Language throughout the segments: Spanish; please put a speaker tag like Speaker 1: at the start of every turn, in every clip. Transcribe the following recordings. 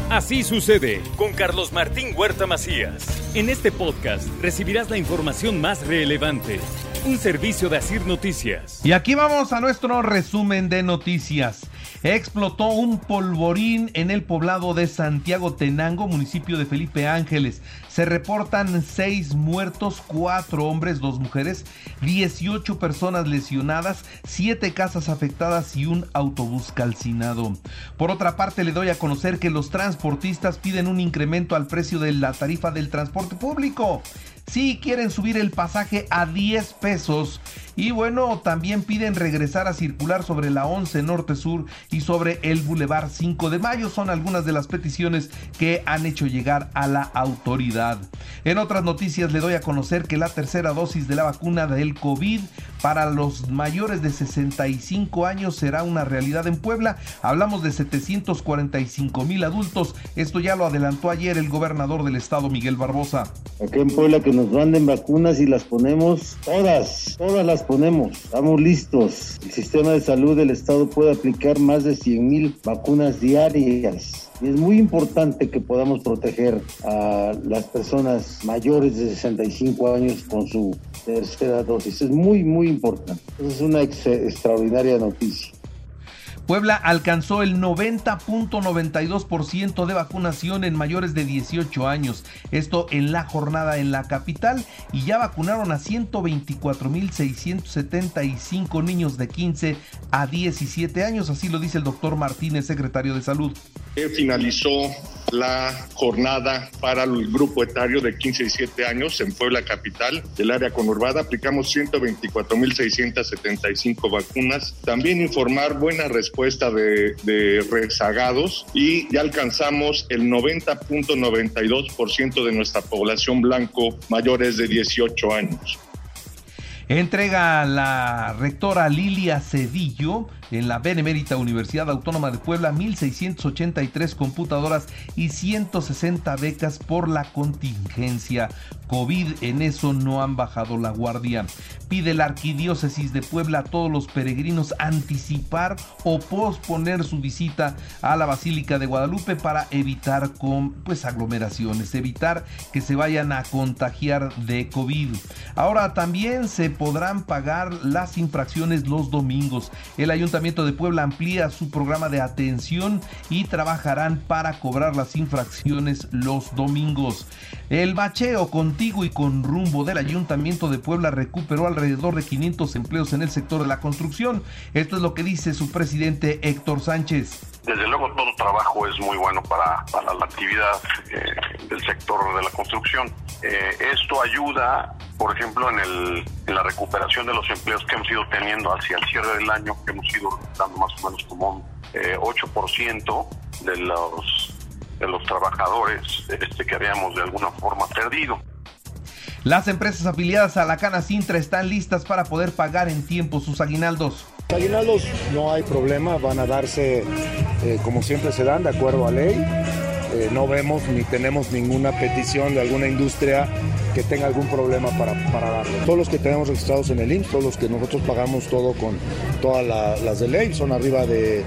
Speaker 1: Así sucede con Carlos Martín Huerta Macías. En este podcast recibirás la información más relevante. Un servicio de Asir Noticias.
Speaker 2: Y aquí vamos a nuestro resumen de noticias. Explotó un polvorín en el poblado de Santiago Tenango, municipio de Felipe Ángeles. Se reportan 6 muertos, 4 hombres, 2 mujeres, 18 personas lesionadas, 7 casas afectadas y un autobús calcinado. Por otra parte, le doy a conocer que los transportistas piden un incremento al precio de la tarifa del transporte público. Sí, quieren subir el pasaje a 10 pesos. Y bueno, también piden regresar a circular sobre la 11 Norte Sur y sobre el Boulevard 5 de Mayo. Son algunas de las peticiones que han hecho llegar a la autoridad. En otras noticias le doy a conocer que la tercera dosis de la vacuna del COVID para los mayores de 65 años será una realidad en Puebla. Hablamos de 745,000 adultos. Esto ya lo adelantó ayer el gobernador del estado, Miguel Barbosa.
Speaker 3: Aquí en Puebla que nos manden vacunas y las ponemos todas las ponemos, estamos listos. El sistema de salud del estado puede aplicar más de 100,000 vacunas diarias. Y es muy importante que podamos proteger a las personas mayores de 65 años con su tercera dosis. Es muy, muy importante. Es una extraordinaria noticia.
Speaker 2: Puebla alcanzó el 90.92% de vacunación en mayores de 18 años. Esto en la jornada en la capital, y ya vacunaron a 124,675 niños de 15 a 17 años. Así lo dice el doctor Martínez, secretario de Salud.
Speaker 4: Finalizó la jornada para el grupo etario de 15 y 17 años en Puebla capital, del área conurbada. Aplicamos 124,675 vacunas. También informar buena respuesta de rezagados, y ya alcanzamos el 90.92% de nuestra población blanco mayores de 18 años.
Speaker 2: Entrega la rectora Lilia Cedillo en la Benemérita Universidad Autónoma de Puebla 1,683 computadoras y 160 becas por la contingencia COVID. En eso no han bajado la guardia. Pide la Arquidiócesis de Puebla a todos los peregrinos anticipar o posponer su visita a la Basílica de Guadalupe para evitar aglomeraciones, evitar que se vayan a contagiar de COVID. Ahora también se podrán pagar las infracciones los domingos. El Ayuntamiento de Puebla amplía su programa de atención y trabajarán para cobrar las infracciones los domingos. El bacheo Contigo y con Rumbo del Ayuntamiento de Puebla recuperó alrededor de 500 empleos en el sector de la construcción. Esto es lo que dice su presidente Héctor Sánchez.
Speaker 5: Desde luego todo trabajo es muy bueno para la actividad del sector de la construcción. Esto ayuda, por ejemplo, en la recuperación de los empleos que hemos ido teniendo hacia el cierre del año, que hemos ido dando más o menos como 8% de los trabajadores que habíamos de alguna forma perdido.
Speaker 2: Las empresas afiliadas a la Canacintra están listas para poder pagar en tiempo sus aguinaldos.
Speaker 6: Aguinaldos no hay problema, van a darse como siempre se dan, de acuerdo a ley. No vemos ni tenemos ninguna petición de alguna industria que tenga algún problema para darlo. Todos los que tenemos registrados en el IMSS, todos los que nosotros pagamos todo con todas las de ley, son arriba de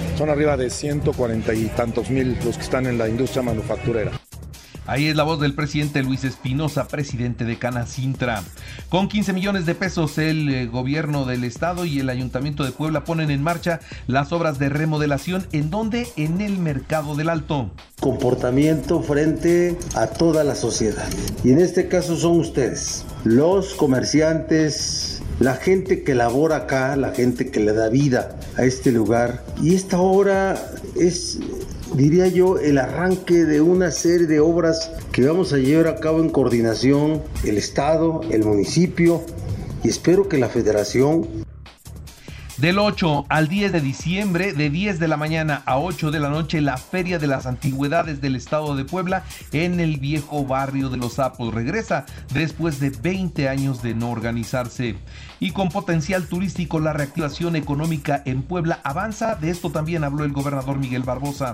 Speaker 6: 140 y tantos mil los que están en la industria manufacturera.
Speaker 2: Ahí es la voz del presidente Luis Espinosa, presidente de Canacintra. Con 15 millones de pesos, el gobierno del estado y el ayuntamiento de Puebla ponen en marcha las obras de remodelación. ¿En dónde? En el Mercado del Alto.
Speaker 3: Comportamiento frente a toda la sociedad. Y en este caso son ustedes, los comerciantes, la gente que labora acá, la gente que le da vida a este lugar. Y esta obra es, diría yo, el arranque de una serie de obras que vamos a llevar a cabo en coordinación el Estado, el municipio y espero que la Federación.
Speaker 2: Del 8 al 10 de diciembre, de 10 de la mañana a 8 de la noche, la Feria de las Antigüedades del Estado de Puebla en el viejo barrio de Los Sapos. Regresa después de 20 años de no organizarse. Y con potencial turístico, la reactivación económica en Puebla avanza. De esto también habló el gobernador Miguel Barbosa.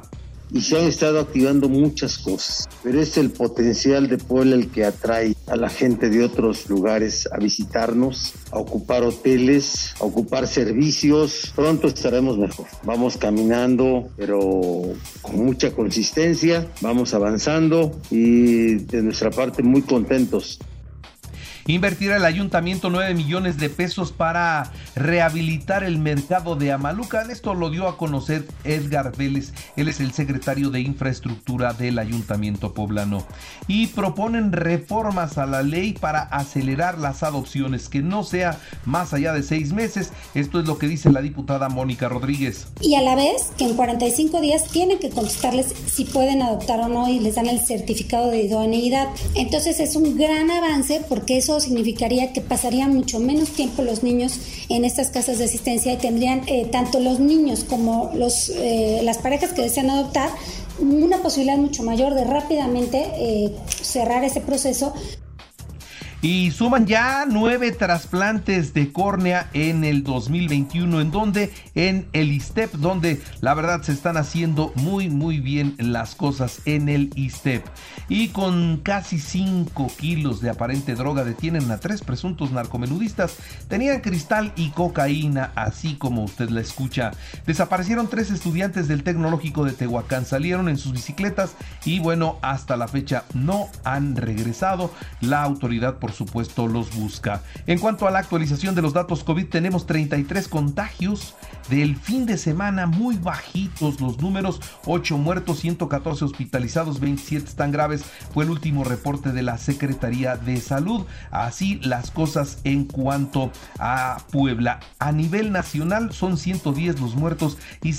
Speaker 3: y se han estado activando muchas cosas, pero es el potencial de Puebla el que atrae a la gente de otros lugares a visitarnos, a ocupar hoteles, a ocupar servicios. Pronto estaremos mejor. Vamos caminando, pero con mucha consistencia, vamos avanzando y de nuestra parte muy contentos.
Speaker 2: Invertirá el ayuntamiento 9 millones de pesos para rehabilitar el mercado de Amalucan. Esto lo dio a conocer Edgar Vélez. Él es el secretario de infraestructura del ayuntamiento poblano. Y proponen reformas a la ley para acelerar las adopciones, que no sea más allá de 6 meses. Esto es lo que dice la diputada Mónica Rodríguez.
Speaker 7: Y a la vez que en 45 días tienen que contestarles si pueden adoptar o no y les dan el certificado de idoneidad. Entonces es un gran avance porque eso significaría que pasarían mucho menos tiempo los niños en estas casas de asistencia y tendrían tanto los niños como las parejas que desean adoptar una posibilidad mucho mayor de rápidamente cerrar ese proceso.
Speaker 2: Y suman ya 9 trasplantes de córnea en el 2021, en el ISSSTEP, donde la verdad se están haciendo muy bien las cosas en el ISSSTEP. Y con casi 5 kilos de aparente droga detienen a 3 presuntos narcomenudistas. Tenían cristal y cocaína, así como usted la escucha. Desaparecieron 3 estudiantes del Tecnológico de Tehuacán, salieron en sus bicicletas y bueno, hasta la fecha no han regresado. La autoridad, por supuesto, los busca. En cuanto a la actualización de los datos COVID, tenemos 33 contagios del fin de semana, muy bajitos los números, 8 muertos, 114 hospitalizados, 27 están graves, fue el último reporte de la Secretaría de Salud. Así las cosas en cuanto a Puebla. A nivel nacional son 110 los muertos y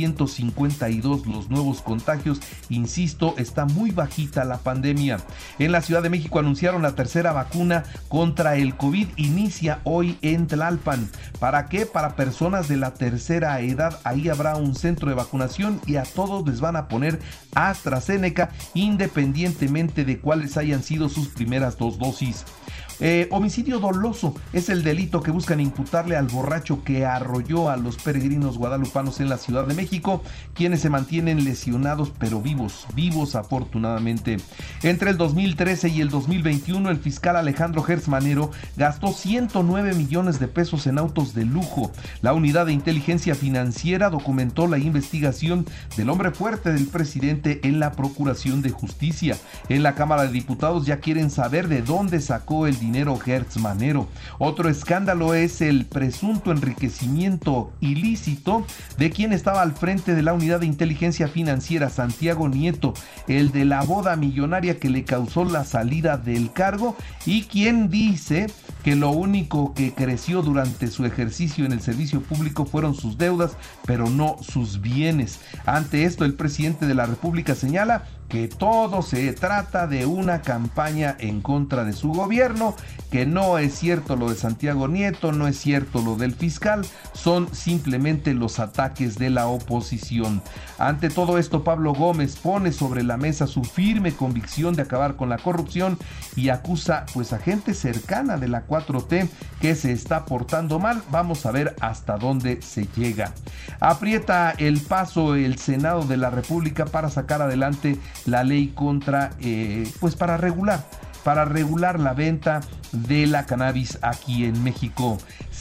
Speaker 2: 752 los nuevos contagios. Insisto, está muy bajita la pandemia. En la Ciudad de México anunciaron la tercera vacuna contra el COVID, inicia hoy en Tlalpan. ¿Para qué? Para personas de la tercera edad. Ahí habrá un centro de vacunación y a todos les van a poner AstraZeneca, independientemente de cuáles hayan sido sus primeras 2 dosis. Homicidio doloso es el delito que buscan imputarle al borracho que arrolló a los peregrinos guadalupanos en la Ciudad de México, quienes se mantienen lesionados pero vivos afortunadamente. Entre el 2013 y el 2021, el fiscal Alejandro Gertz Manero gastó 109 millones de pesos en autos de lujo. La unidad de inteligencia financiera documentó la investigación del hombre fuerte del presidente en la Procuración de Justicia. En la Cámara de Diputados ya quieren saber de dónde sacó el dinero Gertz Manero. Otro escándalo es el presunto enriquecimiento ilícito de quien estaba al frente de la unidad de inteligencia financiera, Santiago Nieto, el de la boda millonaria que le causó la salida del cargo y quien dice que lo único que creció durante su ejercicio en el servicio público fueron sus deudas, pero no sus bienes. Ante esto, el presidente de la República señala que todo se trata de una campaña en contra de su gobierno, que no es cierto lo de Santiago Nieto, no es cierto lo del fiscal, son simplemente los ataques de la oposición. Ante todo esto, Pablo Gómez pone sobre la mesa su firme convicción de acabar con la corrupción y acusa pues a gente cercana de la 4T que se está portando mal. Vamos a ver hasta dónde se llega. Aprieta el paso el Senado de la República para sacar adelante la ley contra, para regular la venta de la cannabis aquí en México.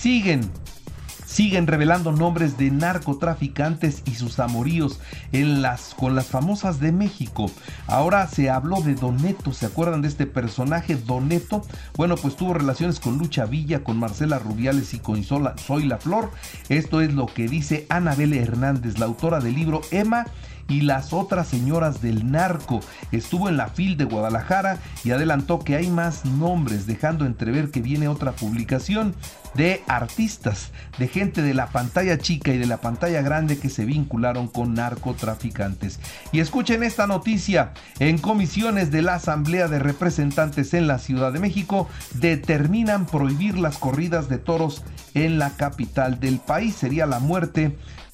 Speaker 2: Siguen revelando nombres de narcotraficantes y sus amoríos con las famosas de México. Ahora se habló de Don Neto. ¿Se acuerdan de este personaje, Don Neto? Bueno, pues tuvo relaciones con Lucha Villa, con Marcela Rubiales y con Zoila Flor. Esto es lo que dice Anabel Hernández, la autora del libro Emma y las otras señoras del narco. Estuvo en la FIL de Guadalajara y adelantó que hay más nombres, dejando entrever que viene otra publicación de artistas, de gente de la pantalla chica y de la pantalla grande que se vincularon con narcotraficantes. Y escuchen esta noticia: en comisiones de la Asamblea de Representantes en la Ciudad de México determinan prohibir las corridas de toros en la capital del país. Sería la muerte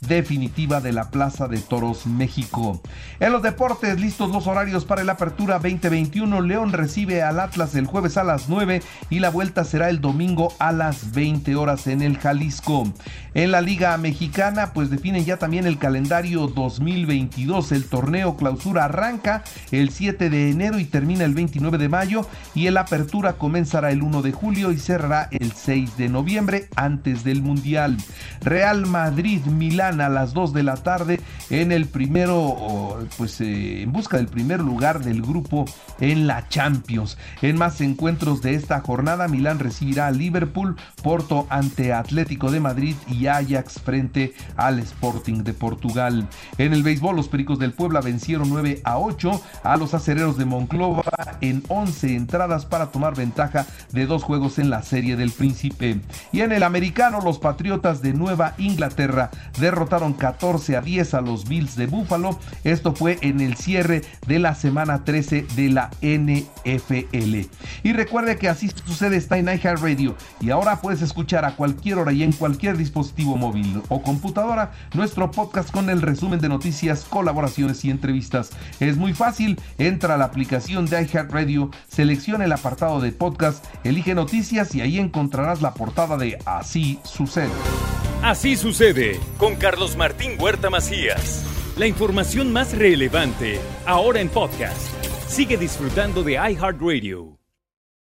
Speaker 2: definitiva de la Plaza de Toros México. En los deportes, listos los horarios para el Apertura 2021. León recibe al Atlas el jueves a las 9 y la vuelta será el domingo a las 20 horas en el Jalisco. En la Liga Mexicana, pues definen ya también el calendario 2022. El torneo Clausura arranca el 7 de enero y termina el 29 de mayo, y el Apertura comenzará el 1 de julio y cerrará el 6 de noviembre antes del Mundial. Real Madrid-Milán a las 2 de la tarde en el primero, en busca del primer lugar del grupo en la Champions. En más encuentros de esta jornada, Milán recibirá a Liverpool, Porto ante Atlético de Madrid y Ajax frente al Sporting de Portugal. En el béisbol, los Pericos del Puebla vencieron 9-8 a los Acereros de Monclova en 11 entradas para tomar ventaja de 2 juegos en la Serie del Príncipe. Y en el americano, los Patriotas de Nueva Inglaterra derrotaron 14-10 a los Bills de Buffalo. Esto fue en el cierre de la semana 13 de la NFL. Y recuerde que Así Sucede está en iHeartRadio, y ahora puedes escuchar a cualquier hora y en cualquier dispositivo móvil o computadora nuestro podcast con el resumen de noticias, colaboraciones y entrevistas. Es muy fácil, entra a la aplicación de iHeartRadio, selecciona el apartado de podcast, elige noticias y ahí encontrarás la portada de Así Sucede.
Speaker 1: Así Sucede con Carlos Martín Huerta Macías. La información más relevante ahora en podcast. Sigue disfrutando de iHeartRadio.